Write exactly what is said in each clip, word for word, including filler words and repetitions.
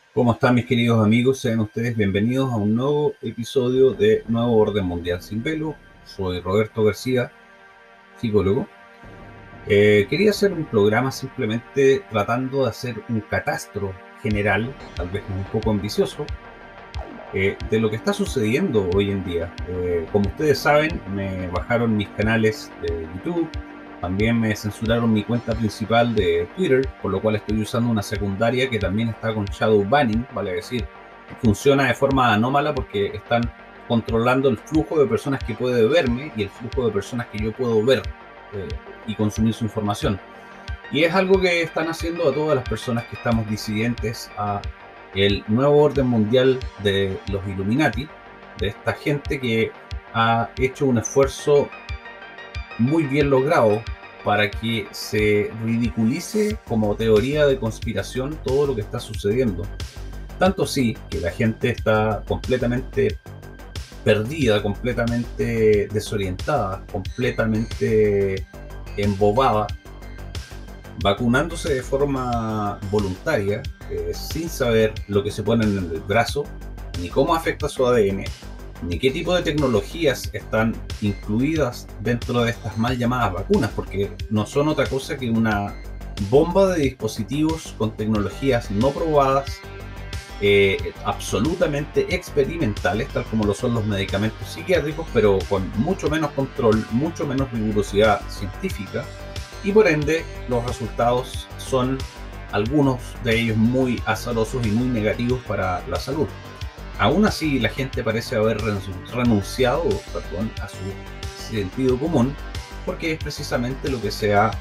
¿Cómo están mis queridos amigos? Sean ustedes bienvenidos a un nuevo episodio de Nuevo Orden Mundial Sin Velo. Soy Roberto García, psicólogo. Eh, quería hacer un programa simplemente tratando de hacer un catastro general, tal vez un poco ambicioso, eh, de lo que está sucediendo hoy en día. Eh, como ustedes saben, me bajaron mis canales de YouTube, también me censuraron mi cuenta principal de Twitter, por lo cual estoy usando una secundaria que también está con shadow banning, vale decir, funciona de forma anómala porque están controlando el flujo de personas que puede verme y el flujo de personas que yo puedo ver eh, y consumir su información. Y es algo que están haciendo a todas las personas que estamos disidentes a el nuevo orden mundial de los Illuminati, de esta gente que ha hecho un esfuerzo muy bien logrado para que se ridiculice como teoría de conspiración todo lo que está sucediendo. Tanto sí que la gente está completamente perdida, completamente desorientada, completamente embobada, vacunándose de forma voluntaria, eh, sin saber lo que se pone en el brazo, ni cómo afecta su A D N, ni qué tipo de tecnologías están incluidas dentro de estas mal llamadas vacunas, porque no son otra cosa que una bomba de dispositivos con tecnologías no probadas, eh, absolutamente experimentales, tal como lo son los medicamentos psiquiátricos, pero con mucho menos control, mucho menos rigurosidad científica, y por ende los resultados son algunos de ellos muy azarosos y muy negativos para la salud. Aún así, la gente parece haber renunciado perdón, a su sentido común, porque es precisamente lo que se ha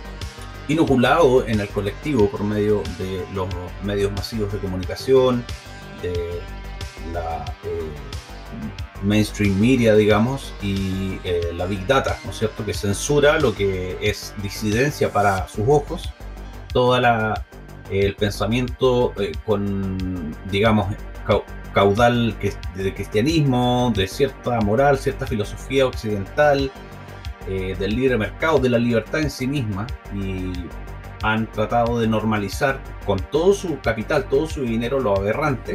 inoculado en el colectivo por medio de los medios masivos de comunicación, de la eh, mainstream media, digamos, y eh, la Big Data, ¿no es cierto?, que censura lo que es disidencia para sus ojos, toda la el pensamiento eh, con, digamos, caudal de cristianismo, de cierta moral, cierta filosofía occidental, eh, del libre mercado, de la libertad en sí misma, y han tratado de normalizar con todo su capital, todo su dinero, lo aberrante,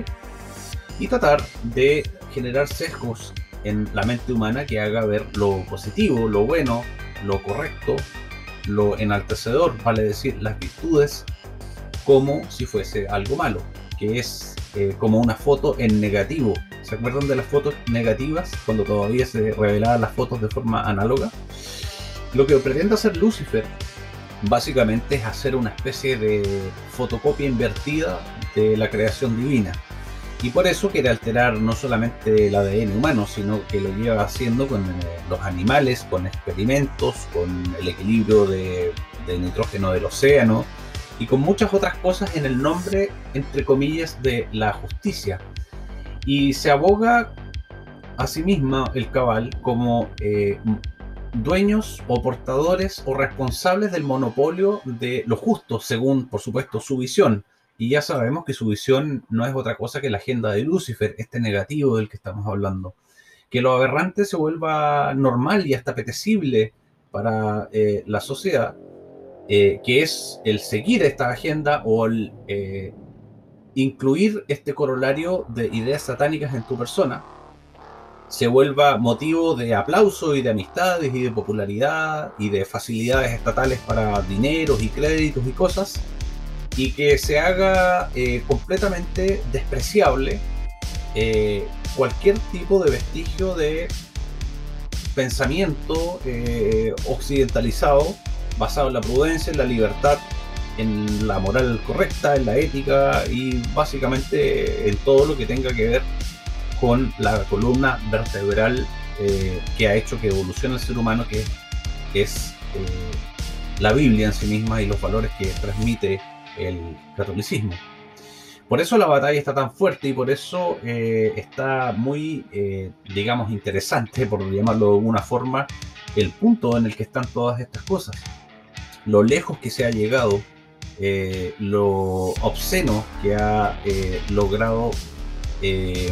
y tratar de generar sesgos en la mente humana que haga ver lo positivo, lo bueno, lo correcto, lo enaltecedor, vale decir, las virtudes, como si fuese algo malo, que es eh, como una foto en negativo. ¿Se acuerdan de las fotos negativas cuando todavía se revelaban las fotos de forma análoga? Lo que pretende hacer Lucifer básicamente es hacer una especie de fotocopia invertida de la creación divina, y por eso quiere alterar no solamente el A D N humano, sino que lo lleva haciendo con los animales, con experimentos, con el equilibrio de, de nitrógeno del océano y con muchas otras cosas en el nombre, entre comillas, de la justicia. Y se aboga a sí misma el cabal como eh, dueños o portadores o responsables del monopolio de lo justo, según, por supuesto, su visión. Y ya sabemos que su visión no es otra cosa que la agenda de Lucifer, este negativo del que estamos hablando. Que lo aberrante se vuelva normal y hasta apetecible para eh, la sociedad, eh, que es el seguir esta agenda o el eh, incluir este corolario de ideas satánicas en tu persona, se vuelva motivo de aplauso y de amistades y de popularidad y de facilidades estatales para dineros y créditos y cosas, y que se haga eh, completamente despreciable eh, cualquier tipo de vestigio de pensamiento eh, occidentalizado, basado en la prudencia, en la libertad, en la moral correcta, en la ética y básicamente en todo lo que tenga que ver con la columna vertebral eh, que ha hecho que evolucione el ser humano, que es eh, la Biblia en sí misma y los valores que transmite el catolicismo. Por eso la batalla está tan fuerte y por eso eh, está muy, eh, digamos, interesante, por llamarlo de alguna forma, el punto en el que están todas estas cosas. Lo lejos que se ha llegado, eh, lo obsceno que ha eh, logrado eh,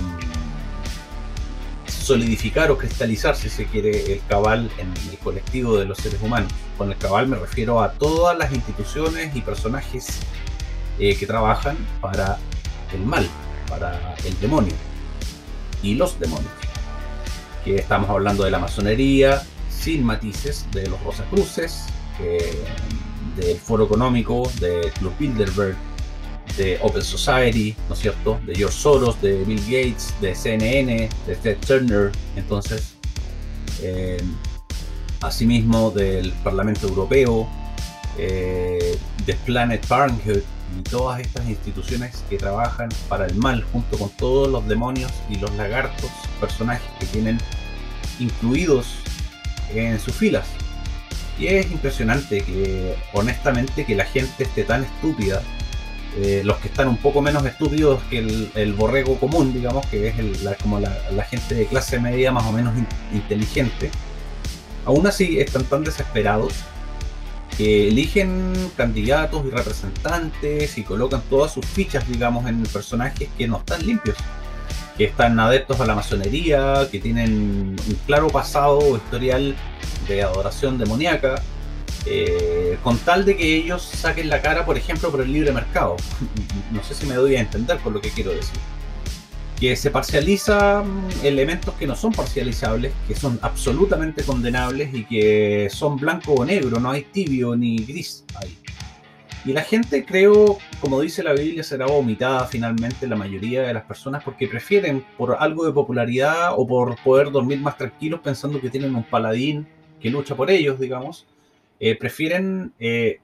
solidificar o cristalizar, si se quiere, el cabal en el colectivo de los seres humanos. Con el cabal me refiero a todas las instituciones y personajes eh, que trabajan para el mal, para el demonio y los demonios. Que estamos hablando de la masonería, sin matices, de los Rosacruces, eh, del Foro Económico, de Club Bilderberg, de Open Society, ¿no es cierto?, de George Soros, de Bill Gates, de C N N, de Ted Turner, entonces, eh, asimismo del Parlamento Europeo, eh, de Planet Parenthood y todas estas instituciones que trabajan para el mal, junto con todos los demonios y los lagartos, personajes que tienen incluidos en sus filas. Y es impresionante que, honestamente, que la gente esté tan estúpida. Eh, los que están un poco menos estúpidos que el, el borrego común, digamos, que es el, la, como la, la gente de clase media más o menos in, inteligente, aún así están tan desesperados que eligen candidatos y representantes y colocan todas sus fichas, digamos, en personajes que no están limpios, que están adeptos a la masonería, que tienen un claro pasado o historial de adoración demoníaca, eh, con tal de que ellos saquen la cara, por ejemplo, por el libre mercado. No sé si me doy a entender con lo que quiero decir. Que se parcializan elementos que no son parcializables, que son absolutamente condenables y que son blanco o negro, no hay tibio ni gris ahí. Y la gente, creo, como dice la Biblia, será vomitada finalmente, la mayoría de las personas, porque prefieren, por algo de popularidad o por poder dormir más tranquilos pensando que tienen un paladín que lucha por ellos, digamos, eh, prefieren eh,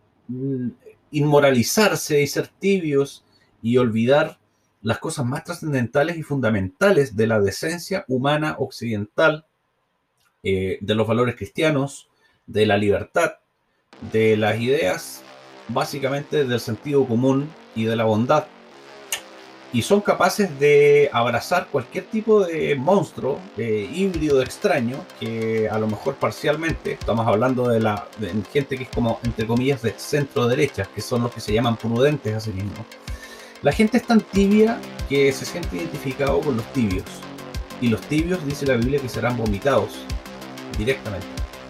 inmoralizarse y ser tibios y olvidar las cosas más trascendentales y fundamentales de la decencia humana occidental, eh, de los valores cristianos, de la libertad, de las ideas básicamente del sentido común y de la bondad, y son capaces de abrazar cualquier tipo de monstruo, de híbrido extraño, que a lo mejor parcialmente, estamos hablando de la de gente que es como, entre comillas, de centro derecha, que son los que se llaman prudentes a sí mismos. La gente es tan tibia que se siente identificado con los tibios, y los tibios, dice la Biblia, que serán vomitados directamente.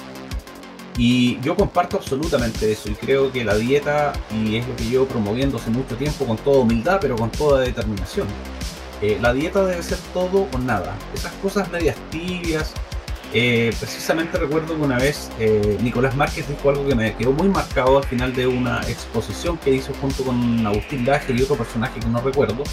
Y yo comparto absolutamente eso, y creo que la dieta, y es lo que llevo promoviendo hace mucho tiempo con toda humildad, pero con toda determinación, eh, la dieta debe ser todo o nada. Esas cosas medias tibias, eh, precisamente recuerdo que una vez eh, Nicolás Márquez dijo algo que me quedó muy marcado al final de una exposición que hizo junto con Agustín Laje y otro personaje que no recuerdo,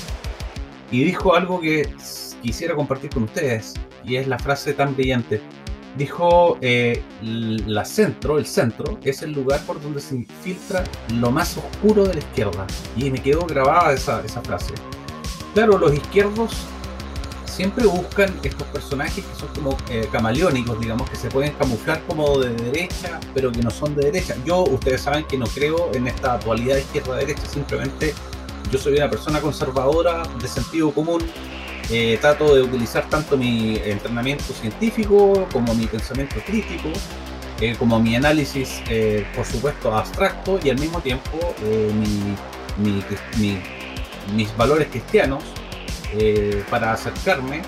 y dijo algo que quisiera compartir con ustedes, y es la frase tan brillante. Dijo, eh, la centro, el centro, es el lugar por donde se infiltra lo más oscuro de la izquierda. Y me quedó grabada esa, esa frase. Claro, los izquierdos siempre buscan estos personajes que son como eh, camaleónicos, digamos, que se pueden camuflar como de derecha, pero que no son de derecha. Yo, ustedes saben que no creo en esta dualidad izquierda-derecha, simplemente yo soy una persona conservadora, de sentido común. Eh, trato de utilizar tanto mi entrenamiento científico como mi pensamiento crítico, eh, como mi análisis, eh, por supuesto, abstracto, y al mismo tiempo eh, mi, mi, mi, mis valores cristianos, eh, para acercarme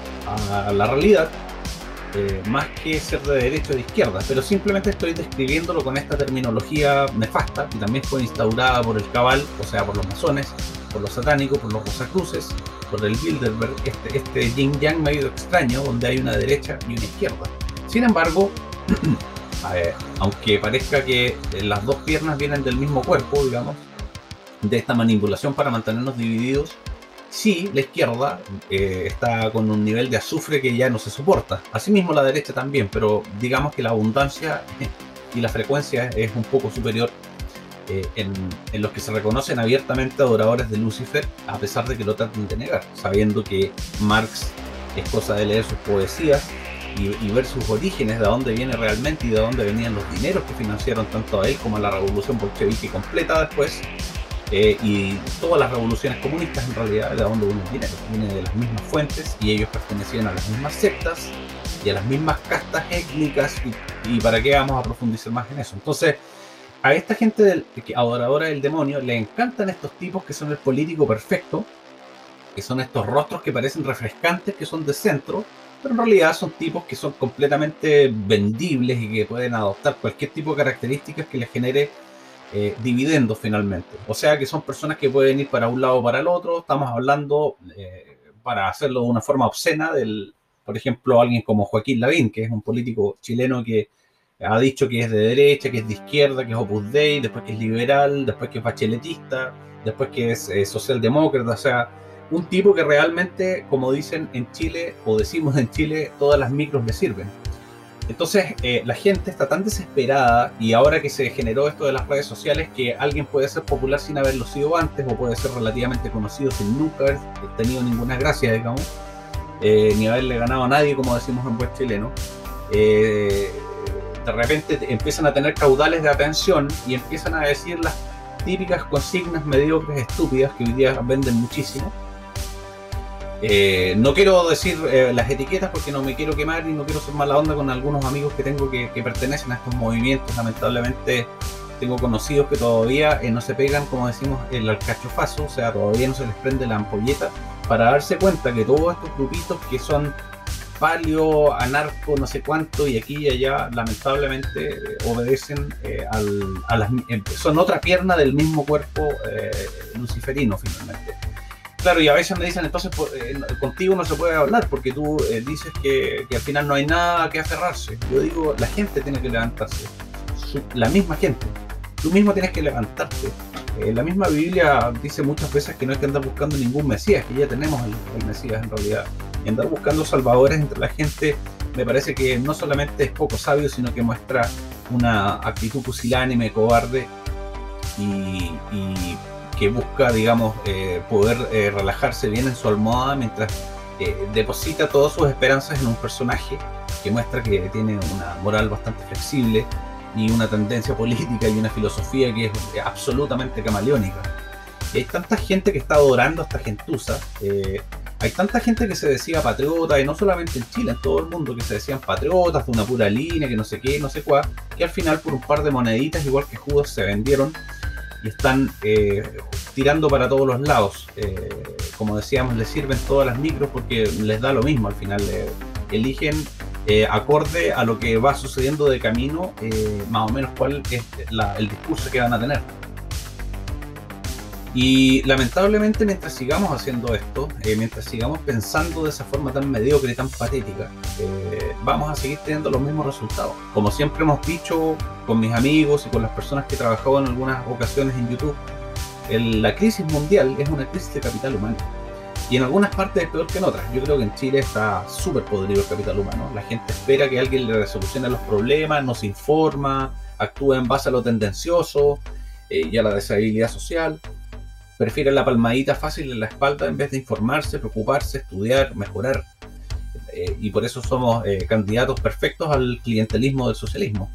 a la realidad, eh, más que ser de derecha o de izquierda, pero simplemente estoy describiéndolo con esta terminología nefasta, y también fue instaurada por el cabal, o sea, por los masones, por los satánicos, por los Rosacruces, por el Bilderberg, este, este yin-yang medio extraño, donde hay una derecha y una izquierda. Sin embargo, a ver, aunque parezca que las dos piernas vienen del mismo cuerpo, digamos, de esta manipulación para mantenernos divididos, sí, la izquierda eh, está con un nivel de azufre que ya no se soporta. Asimismo la derecha también, pero digamos que la abundancia y la frecuencia es un poco superior Eh, en, en los que se reconocen abiertamente adoradores de Lucifer, a pesar de que lo traten de negar, sabiendo que Marx es cosa de leer sus poesías y, y ver sus orígenes, de dónde viene realmente y de dónde venían los dineros que financiaron tanto a él como a la revolución bolchevique completa después, eh, y todas las revoluciones comunistas, en realidad, de dónde viene el dinero. Viene de las mismas fuentes, y ellos pertenecían a las mismas sectas y a las mismas castas étnicas, y, y para qué vamos a profundizar más en eso. Entonces, a esta gente del, adoradora del demonio le encantan estos tipos que son el político perfecto, que son estos rostros que parecen refrescantes, que son de centro, pero en realidad son tipos que son completamente vendibles y que pueden adoptar cualquier tipo de características que les genere eh, dividendos finalmente. O sea que son personas que pueden ir para un lado o para el otro. Estamos hablando, eh, para hacerlo de una forma obscena, del, por ejemplo, alguien como Joaquín Lavín, que es un político chileno que ha dicho que es de derecha, que es de izquierda, que es Opus Dei, después que es liberal, después que es bacheletista, después que es eh, socialdemócrata. O sea, un tipo que realmente, como dicen en Chile, o decimos en Chile, todas las micros le sirven. Entonces, eh, la gente está tan desesperada, y ahora que se generó esto de las redes sociales, que alguien puede ser popular sin haberlo sido antes, o puede ser relativamente conocido sin nunca haber tenido ninguna gracia, digamos, eh, ni haberle ganado a nadie, como decimos en buen chileno. Eh, de repente empiezan a tener caudales de atención y empiezan a decir las típicas consignas mediocres, estúpidas, que hoy día venden muchísimo. Eh, no quiero decir eh, las etiquetas porque no me quiero quemar y no quiero ser mala onda con algunos amigos que tengo que, que pertenecen a estos movimientos. Lamentablemente tengo conocidos que todavía eh, no se pegan, como decimos, el alcachofazo, o sea, todavía no se les prende la ampolleta para darse cuenta que todos estos grupitos que son palio, anarco, no sé cuánto, y aquí y allá, lamentablemente eh, obedecen eh, al, a las, eh, son otra pierna del mismo cuerpo eh, luciferino finalmente. Claro, y a veces me dicen, entonces eh, contigo no se puede hablar porque tú eh, dices que, que al final no hay nada que aferrarse. Yo digo, la gente tiene que levantarse, Su, la misma gente. Tú mismo tienes que levantarte. Eh, la misma Biblia dice muchas veces que no hay que andar buscando ningún Mesías, que ya tenemos el, el Mesías en realidad. Y andar buscando salvadores entre la gente me parece que no solamente es poco sabio, sino que muestra una actitud pusilánime, cobarde, y, y que busca, digamos, eh, poder eh, relajarse bien en su almohada mientras eh, deposita todas sus esperanzas en un personaje que muestra que tiene una moral bastante flexible y una tendencia política y una filosofía que es absolutamente camaleónica. Y hay tanta gente que está adorando a esta gentuza, eh, hay tanta gente que se decía patriota, y no solamente en Chile, en todo el mundo, que se decían patriotas de una pura línea, que no sé qué, no sé cuál, que al final por un par de moneditas, igual que Judas, se vendieron y están eh, tirando para todos los lados. Eh, como decíamos, les sirven todas las micros porque les da lo mismo al final. Eh, eligen eh, acorde a lo que va sucediendo de camino, eh, más o menos cuál es la, el discurso que van a tener. Y lamentablemente, mientras sigamos haciendo esto, eh, mientras sigamos pensando de esa forma tan mediocre y tan patética, eh, vamos a seguir teniendo los mismos resultados. Como siempre hemos dicho con mis amigos y con las personas que he trabajado en algunas ocasiones en YouTube, el, la crisis mundial es una crisis de capital humano. Y en algunas partes es peor que en otras. Yo creo que en Chile está súper podrido el capital humano. La gente espera que alguien le resolucione los problemas, no se informa, actúa en base a lo tendencioso eh, y a la deshabilidad social. Prefieren la palmadita fácil en la espalda en vez de informarse, preocuparse, estudiar, mejorar. Eh, y por eso somos eh, candidatos perfectos al clientelismo del socialismo.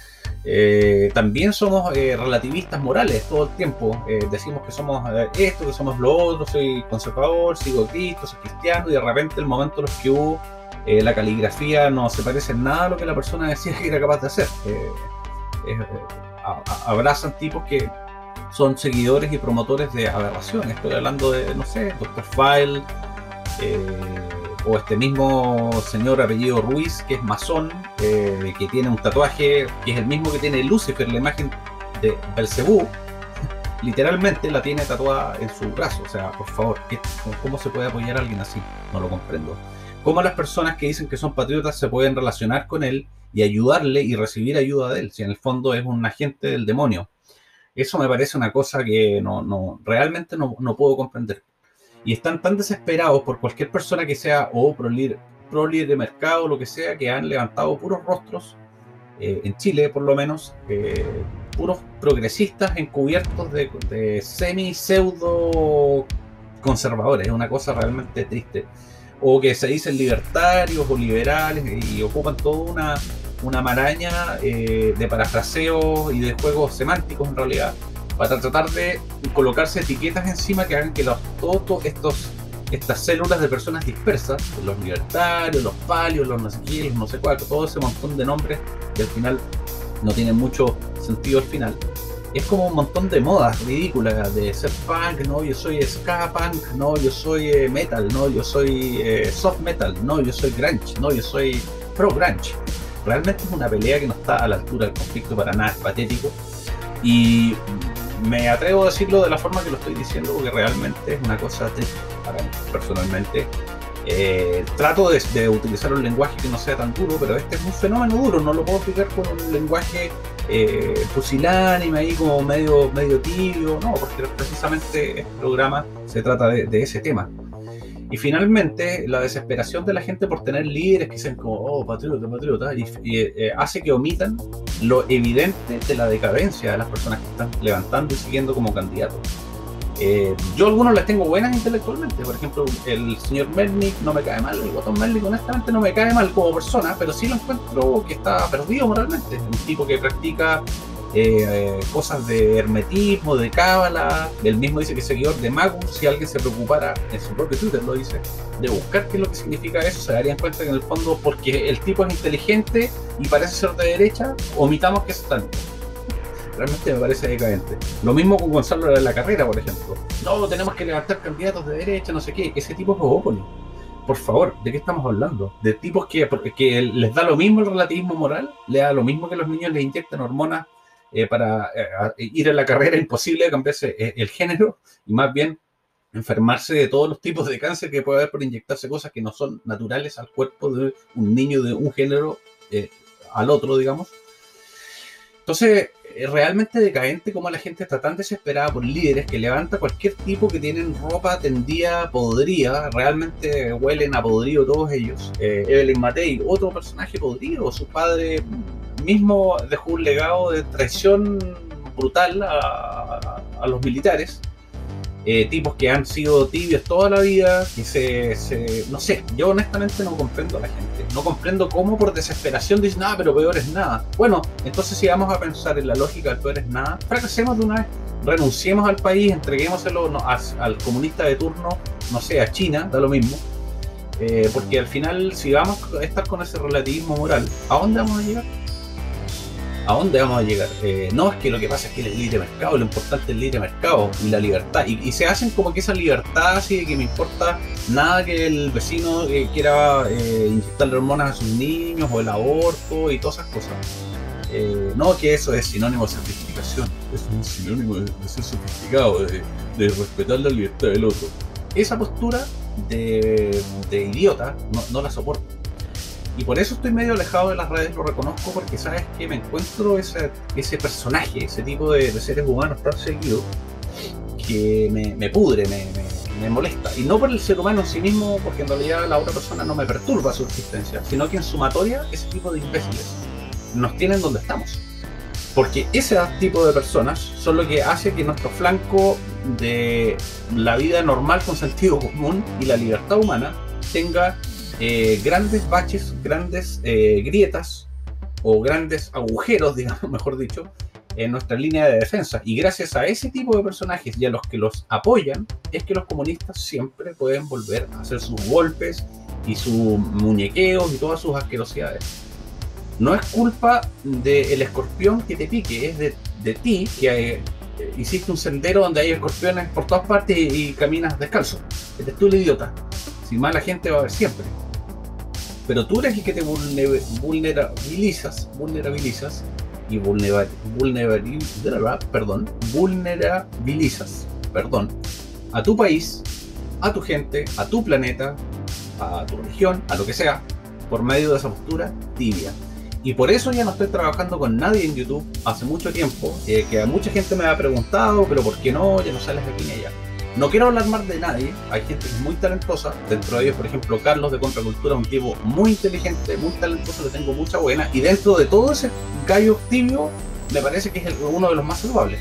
Eh, también somos eh, relativistas morales todo el tiempo. Eh, decimos que somos eh, esto, que somos lo otro, soy conservador, sigo a Cristo, soy cristiano, y de repente el momento en los que hubo eh, la caligrafía no se parece en nada a lo que la persona decía que era capaz de hacer. Eh, eh, a, a, abrazan tipos que son seguidores y promotores de aberraciones. Estoy hablando de, no sé, doctor File, eh, o este mismo señor apellido Ruiz, que es masón, eh, que tiene un tatuaje que es el mismo que tiene Lucifer, la imagen de Belcebú, literalmente la tiene tatuada en su brazo. O sea, por favor, ¿cómo se puede apoyar a alguien así? No lo comprendo. ¿Cómo las personas que dicen que son patriotas se pueden relacionar con él y ayudarle y recibir ayuda de él, si en el fondo es un agente del demonio? Eso me parece una cosa que no, no, realmente no, no puedo comprender. Y están tan desesperados por cualquier persona que sea o pro libre, pro libre mercado o lo que sea, que han levantado puros rostros, eh, en Chile por lo menos, eh, puros progresistas encubiertos de, de semi-pseudo conservadores. Es una cosa realmente triste. O que se dicen libertarios o liberales y ocupan toda una... una maraña eh, de parafraseos y de juegos semánticos en realidad, para tratar de colocarse etiquetas encima que hagan que los, todos estos, estas células de personas dispersas, los libertarios, los palios, los no sé qué, los no sé cuál, todo ese montón de nombres que al final no tienen mucho sentido al final. Es como un montón de modas ridículas de ser punk, no, yo soy ska punk, no, yo soy eh, metal, no, yo soy eh, soft metal, no, yo soy grunge, no, yo soy pro grunge. Realmente es una pelea que no está a la altura del conflicto para nada, es patético. Y me atrevo a decirlo de la forma que lo estoy diciendo porque realmente es una cosa triste para mí, personalmente. Eh, trato de, de utilizar un lenguaje que no sea tan duro, pero este es un fenómeno duro, no lo puedo explicar con un lenguaje eh, pusilánime ahí como medio, medio tibio, no, porque precisamente el programa se trata de, de ese tema. Y finalmente, la desesperación de la gente por tener líderes que dicen como, oh, patriota, patriota, y, y eh, hace que omitan lo evidente de la decadencia de las personas que están levantando y siguiendo como candidatos. Eh, yo a algunos les tengo buenas intelectualmente, por ejemplo, el señor Melnik no me cae mal, el botón Melnik honestamente no me cae mal como persona, pero sí lo encuentro que está perdido moralmente, un tipo que practica eh, cosas de hermetismo, de cábala. Él mismo dice que es seguidor de Magus. Si alguien se preocupara, en su propio Twitter lo dice, de buscar qué es lo que significa eso, se darían cuenta que en el fondo, porque el tipo es inteligente y parece ser de derecha, omitamos que es satánico. Realmente me parece decadente. Lo mismo con Gonzalo de la Carrera, por ejemplo. No, tenemos que levantar candidatos de derecha, no sé qué. Ese tipo es Bobópoli. Por favor, ¿de qué estamos hablando? De tipos que, que les da lo mismo el relativismo moral, le da lo mismo que los niños les inyectan hormonas eh, para eh, ir a la carrera, imposible de cambiarse eh, el género, y más bien enfermarse de todos los tipos de cáncer que puede haber por inyectarse cosas que no son naturales al cuerpo de un niño de un género eh, al otro, digamos. Entonces, es realmente decadente como la gente está tan desesperada por líderes que levanta cualquier tipo que tienen ropa tendida, podrida, realmente huelen a podrido todos ellos. Eh, Evelyn Matei, otro personaje podrido, su padre mismo dejó un legado de traición brutal a, a, a los militares. Eh, tipos que han sido tibios toda la vida, que se, se... No sé, yo honestamente no comprendo a la gente. No comprendo cómo por desesperación dicen, nada, pero peor es nada. Bueno, entonces si vamos a pensar en la lógica del peor es nada, fracasemos de una vez. Renunciemos al país, entreguémoselo no, a, al comunista de turno, no sé, a China, da lo mismo. Eh, porque al final, si vamos a estar con ese relativismo moral, ¿a dónde vamos a llegar? ¿A dónde vamos a llegar? Eh, no, es que lo que pasa es que el libre mercado, lo importante es el libre mercado y la libertad. Y, y se hacen como que esa libertad, así de que me importa nada que el vecino eh, quiera eh, inyectarle hormonas a sus niños o el aborto y todas esas cosas. Eh, no, que eso es sinónimo de sofisticación. Es un sinónimo de, de ser sofisticado, de, de respetar la libertad del otro. Esa postura de, de idiota no, no la soporto. Y por eso estoy medio alejado de las redes, lo reconozco, porque sabes que me encuentro ese, ese personaje, ese tipo de, de seres humanos tan seguido, que me, me pudre, me, me, me molesta. Y no por el ser humano en sí mismo, porque en realidad la otra persona no me perturba su existencia, sino que en sumatoria ese tipo de imbéciles nos tienen donde estamos. Porque ese tipo de personas son lo que hace que nuestro flanco de la vida normal con sentido común y la libertad humana tenga Eh, grandes baches, grandes eh, grietas o grandes agujeros, digamos, mejor dicho, en nuestra línea de defensa. Y gracias a ese tipo de personajes y a los que los apoyan, es que los comunistas siempre pueden volver a hacer sus golpes y sus muñequeos y todas sus asquerosidades. No es culpa del escorpión que te pique, es de, de ti que eh, hiciste un sendero donde hay escorpiones por todas partes y, y caminas descalzo. Eres tú el idiota. Si mala gente va a haber siempre. Pero tú eres el que te vulnerabilizas, vulnerabilizas y vulnerabilizas, perdón, vulnerabilizas, perdón, a tu país, a tu gente, a tu planeta, a tu religión, a lo que sea, por medio de esa postura tibia. Y por eso ya no estoy trabajando con nadie en YouTube hace mucho tiempo, eh, que a mucha gente me ha preguntado, pero ¿por qué no? Ya no sales de aquí ni allá. No quiero hablar más de nadie, hay gente que es muy talentosa, dentro de ellos, por ejemplo, Carlos de Contracultura, un tipo muy inteligente, muy talentoso, le tengo mucha buena, y dentro de todo ese gallo tibio, me parece que es el, uno de los más saludables.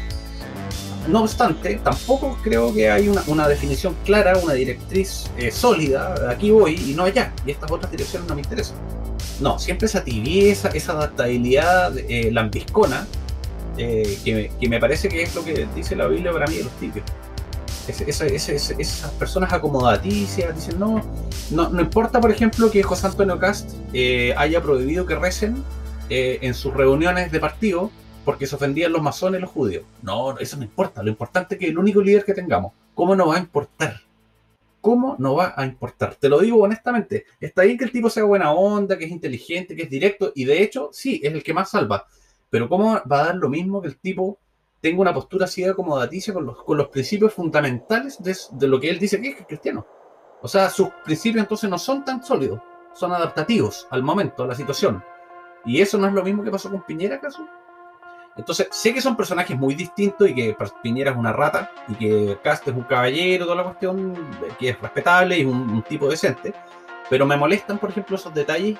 No obstante, tampoco creo que hay una, una definición clara, una directriz eh, sólida, aquí voy y no allá, y estas otras direcciones no me interesan. No, siempre esa tibieza, esa adaptabilidad eh, lambiscona, eh, que, que me parece que es lo que dice la Biblia para mí de los tibios. Es, es, es, es, esas personas acomodaticias dicen no, no, no importa, por ejemplo, que José Antonio Cast eh, haya prohibido que recen eh, en sus reuniones de partido porque se ofendían los masones y los judíos. No, eso no importa, lo importante es que el único líder que tengamos. ¿Cómo no va a importar? ¿Cómo no va a importar? Te lo digo honestamente, está bien que el tipo sea buena onda, que es inteligente, que es directo, y de hecho, sí, es el que más salva, pero ¿cómo va a dar lo mismo que el tipo tenga una postura así de acomodaticia con los, con los principios fundamentales de, de lo que él dice que es cristiano. O sea, sus principios entonces no son tan sólidos, son adaptativos al momento, a la situación. ¿Y eso no es lo mismo que pasó con Piñera, acaso? Entonces, sé que son personajes muy distintos y que Piñera es una rata y que Kast es un caballero, toda la cuestión, que es respetable y un, un tipo decente, pero me molestan, por ejemplo, esos detalles.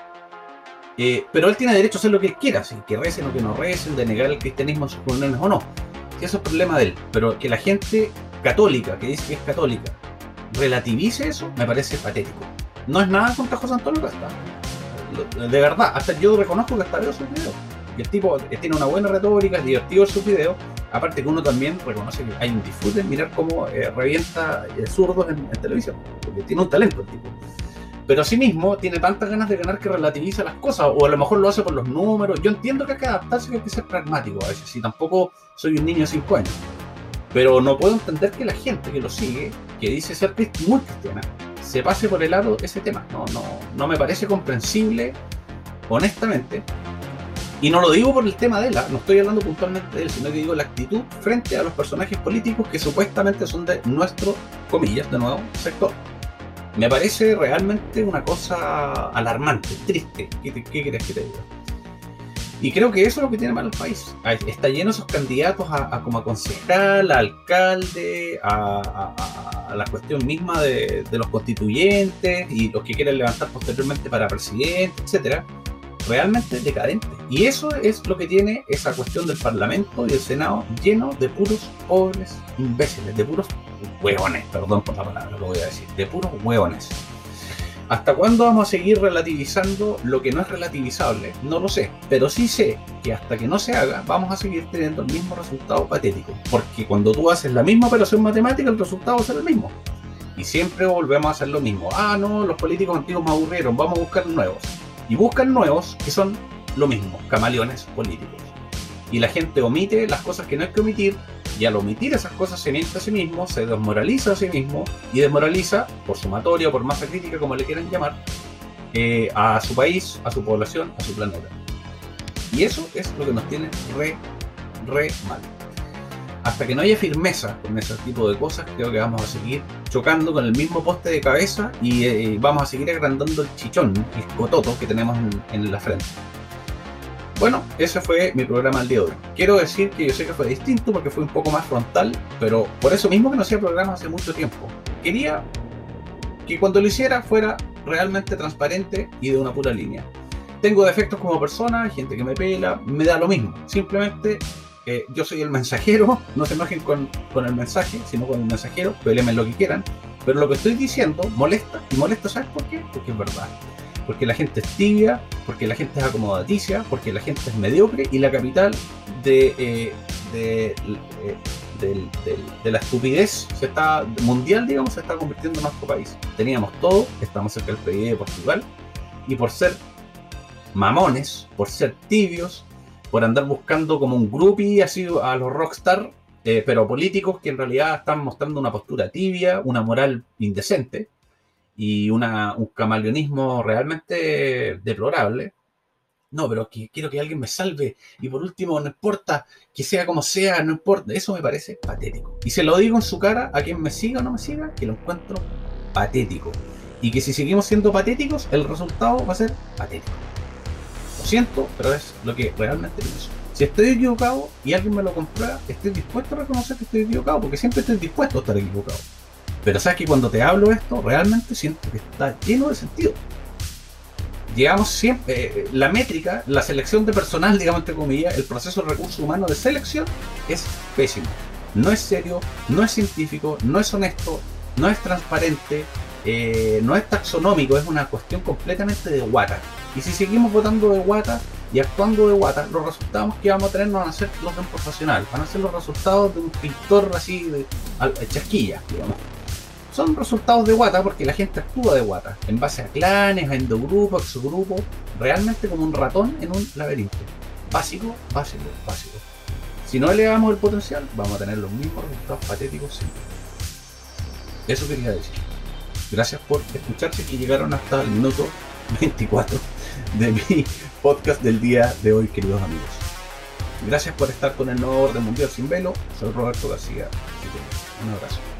Eh, pero él tiene derecho a hacer lo que él quiera, si que recen o que no recen, de negar el cristianismo en sus comuniones o no. Si eso es problema de él. Pero que la gente católica, que dice que es católica, relativice eso, me parece patético. No es nada contra José Antonio Kast. De verdad, hasta yo reconozco que hasta veo sus videos. Y el tipo tiene una buena retórica, es divertido en sus videos. Aparte que uno también reconoce que hay un disfrute en mirar cómo eh, revienta eh, zurdos en, en televisión. Porque tiene un talento el tipo. Pero asimismo tiene tantas ganas de ganar que relativiza las cosas, o a lo mejor lo hace por los números. Yo entiendo que hay que adaptarse, que hay que ser pragmático a veces, si tampoco soy un niño de cinco años. Pero no puedo entender que la gente que lo sigue, que dice ser muy cristiana, se pase por el lado ese tema. No, no, no me parece comprensible, honestamente. Y no lo digo por el tema de él, no estoy hablando puntualmente de él, sino que digo la actitud frente a los personajes políticos que supuestamente son de nuestro, comillas, de nuevo, sector. Me parece realmente una cosa alarmante, triste. ¿Qué, te, qué querés que te diga? Y creo que eso es lo que tiene mal el país. Está lleno de esos candidatos a, a como a concejal, a alcalde, a, a, a la cuestión misma de, de los constituyentes y los que quieren levantar posteriormente para presidente, etcétera. Realmente decadente. Y eso es lo que tiene esa cuestión del Parlamento y el Senado lleno de puros pobres imbéciles, de puros hueones, perdón por la palabra, lo voy a decir, de puros hueones. ¿Hasta cuándo vamos a seguir relativizando lo que no es relativizable? No lo sé, pero sí sé que hasta que no se haga vamos a seguir teniendo el mismo resultado patético, porque cuando tú haces la misma operación matemática el resultado va a ser el mismo. Y siempre volvemos a hacer lo mismo. Ah, no, los políticos antiguos me aburrieron, vamos a buscar nuevos. Y buscan nuevos que son lo mismo, camaleones políticos. Y la gente omite las cosas que no hay que omitir, y al omitir esas cosas se miente a sí mismo, se desmoraliza a sí mismo, y desmoraliza, por sumatoria o por masa crítica, como le quieran llamar, eh, a su país, a su población, a su planeta. Y eso es lo que nos tiene re, re mal. Hasta que no haya firmeza con ese tipo de cosas, creo que vamos a seguir chocando con el mismo poste de cabeza y eh, vamos a seguir agrandando el chichón, el cototo que tenemos en, en la frente. Bueno, ese fue mi programa del día de hoy. Quiero decir que yo sé que fue distinto porque fue un poco más frontal, pero por eso mismo que no hacía programas hace mucho tiempo. Quería que cuando lo hiciera fuera realmente transparente y de una pura línea. Tengo defectos como persona, hay gente que me pela, me da lo mismo. Simplemente eh, yo soy el mensajero, no se enojen con, con el mensaje, sino con el mensajero, pelenme lo que quieran. Pero lo que estoy diciendo molesta, y molesta, ¿sabes por qué? Porque es verdad. Porque la gente es tibia, porque la gente es acomodaticia, porque la gente es mediocre y la capital de, eh, de, eh, de, de, de la estupidez se está, mundial, digamos, se está convirtiendo en nuestro país. Teníamos todo, estamos cerca del P I B de Portugal, y por ser mamones, por ser tibios, por andar buscando como un groupie así a los rockstar, eh, pero políticos que en realidad están mostrando una postura tibia, una moral indecente, y una, un camaleonismo realmente deplorable. No, pero que quiero que alguien me salve, y por último, no importa que sea como sea, no importa, eso me parece patético. Y se lo digo en su cara a quien me siga o no me siga, que lo encuentro patético. Y que si seguimos siendo patéticos, el resultado va a ser patético. Lo siento, pero es lo que realmente pienso. Si estoy equivocado y alguien me lo comprueba, estoy dispuesto a reconocer que estoy equivocado, porque siempre estoy dispuesto a estar equivocado. Pero sabes que cuando te hablo esto, realmente siento que está lleno de sentido. Llegamos siempre, eh, la métrica, la selección de personal, digamos entre comillas, el proceso de recursos humanos de selección es pésimo. No es serio, no es científico, no es honesto, no es transparente, eh, no es taxonómico, es una cuestión completamente de guata. Y si seguimos votando de guata y actuando de guata, los resultados que vamos a tener no van a ser los de un profesional, van a ser los resultados de un pintor así de, de chasquilla, digamos. Son resultados de guata porque la gente actúa de guata, en base a clanes, a endogrupos, a exogrupos, realmente como un ratón en un laberinto. Básico, básico, básico. Si no elevamos el potencial, vamos a tener los mismos resultados patéticos siempre. Eso quería decir. Gracias por escucharse y llegaron hasta el minuto veinticuatro de mi podcast del día de hoy, queridos amigos. Gracias por estar con el nuevo orden mundial sin velo. Soy Roberto García. Un abrazo.